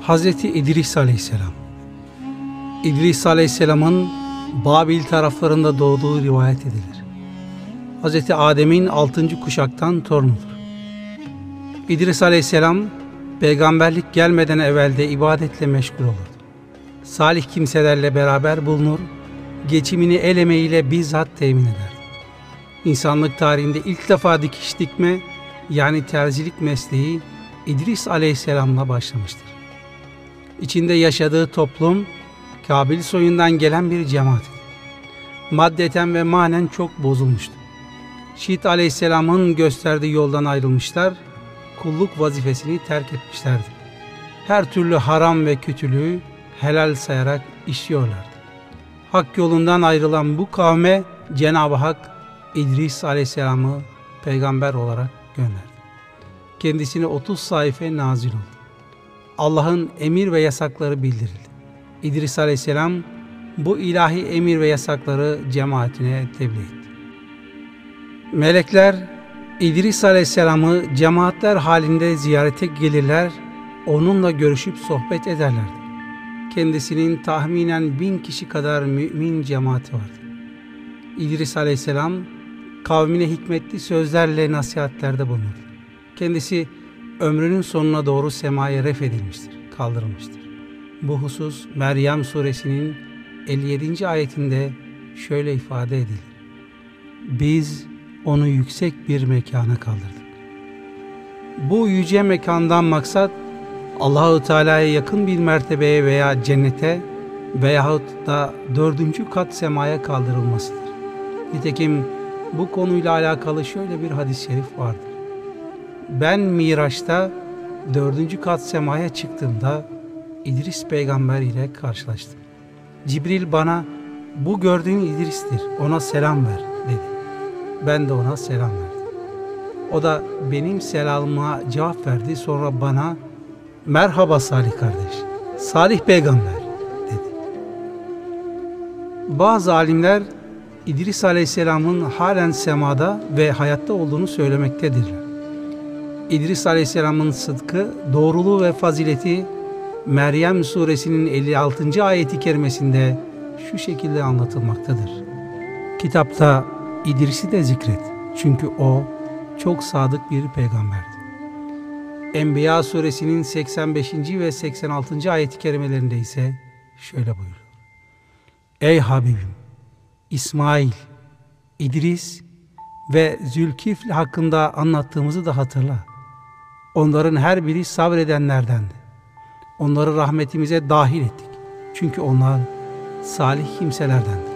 Hazreti İdris Aleyhisselam. İdris Aleyhisselam'ın Babil taraflarında doğduğu rivayet edilir. Hazreti Adem'in 6. kuşaktan torunudur. İdris Aleyhisselam, peygamberlik gelmeden evvelde ibadetle meşgul olurdu. Salih kimselerle beraber bulunur, geçimini el emeğiyle bizzat temin eder. İnsanlık tarihinde ilk defa dikiş dikme, yani terzilik mesleği İdris Aleyhisselam'la başlamıştır. İçinde yaşadığı toplum, Kabil soyundan gelen bir cemaat. Maddeten ve manen çok bozulmuştu. Şiit Aleyhisselam'ın gösterdiği yoldan ayrılmışlar, kulluk vazifesini terk etmişlerdi. Her türlü haram ve kötülüğü helal sayarak işliyorlardı. Hak yolundan ayrılan bu kavme Cenab-ı Hak İdris Aleyhisselam'ı peygamber olarak gönderdi. Kendisine 30 sayfa nazil oldu. Allah'ın emir ve yasakları bildirildi. İdris Aleyhisselam bu ilahi emir ve yasakları cemaatine tebliğ etti. Melekler İdris Aleyhisselam'ı cemaatler halinde ziyarete gelirler, onunla görüşüp sohbet ederlerdi. Kendisinin tahminen 1000 kişi kadar mümin cemaati vardı. İdris Aleyhisselam kavmine hikmetli sözlerle nasihatlerde bulunurdu. Kendisi ömrünün sonuna doğru semaya ref edilmiştir, kaldırılmıştır. Bu husus Meryem suresinin 57. ayetinde şöyle ifade edilir. Biz onu yüksek bir mekana kaldırdık. Bu yüce mekandan maksat Allah-u Teala'ya yakın bir mertebeye veya cennete veyahut da 4. kat semaya kaldırılmasıdır. Nitekim bu konuyla alakalı şöyle bir hadis-i şerif vardır. Ben Miraç'ta 4. kat semaya çıktığımda İdris peygamber ile karşılaştım. Cibril bana bu gördüğün İdris'tir, ona selam ver dedi. Ben de ona selam verdim. O da benim selamıma cevap verdi, sonra bana merhaba Salih kardeş, Salih peygamber dedi. Bazı alimler İdris Aleyhisselam'ın halen semada ve hayatta olduğunu söylemektedirler. İdris Aleyhisselam'ın sıdkı, doğruluğu ve fazileti Meryem suresinin 56. ayeti kerimesinde şu şekilde anlatılmaktadır. Kitapta İdris'i de zikret, çünkü o çok sadık bir peygamberdi. Enbiya suresinin 85. ve 86. ayeti kerimelerinde ise şöyle buyuruyor. Ey Habibim, İsmail, İdris ve Zülkifl hakkında anlattığımızı da hatırla. Onların her biri sabredenlerdendi. Onları rahmetimize dahil ettik. Çünkü onlar salih kimselerdendi.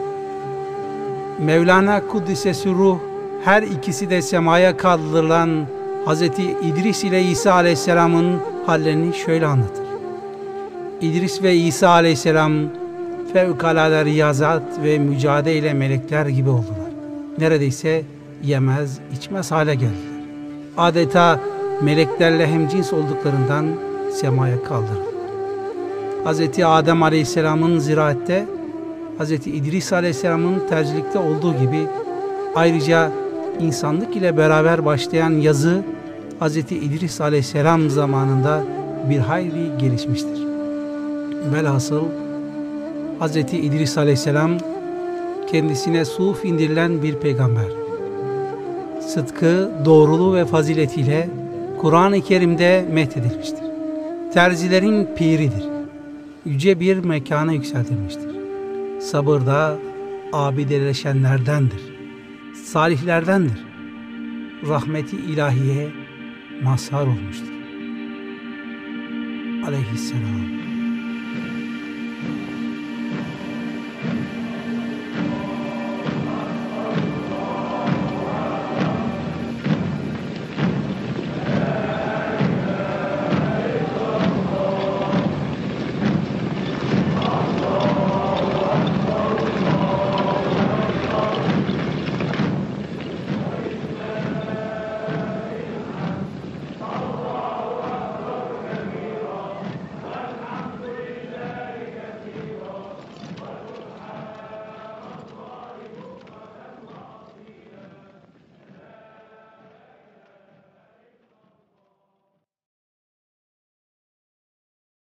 Mevlana Kuddisesi Ruh, her ikisi de semaya kaldırılan Hz. İdris ile İsa Aleyhisselam'ın hallerini şöyle anlatır. İdris ve İsa Aleyhisselam fevkalade riyazat ve mücadele ile melekler gibi oldular. Neredeyse yemez, içmez hale geldiler. Adeta meleklerle hemcins olduklarından semaya kaldırıldılar. Hz. Adem Aleyhisselam'ın ziraatte, Hz. İdris Aleyhisselam'ın tercilikte olduğu gibi ayrıca insanlık ile beraber başlayan yazı Hz. İdris Aleyhisselam zamanında bir hayli gelişmiştir. Velhasıl Hz. İdris Aleyhisselam kendisine suf indirilen bir peygamber. Sıdkı, doğruluğu ve faziletiyle Kur'an-ı Kerim'de methedilmiştir. Terzilerin piridir. Yüce bir mekana yükseltilmiştir. Sabırda abideleşenlerdendir. Salihlerdendir. Rahmeti ilahiye mazhar olmuştur. Aleyhisselam.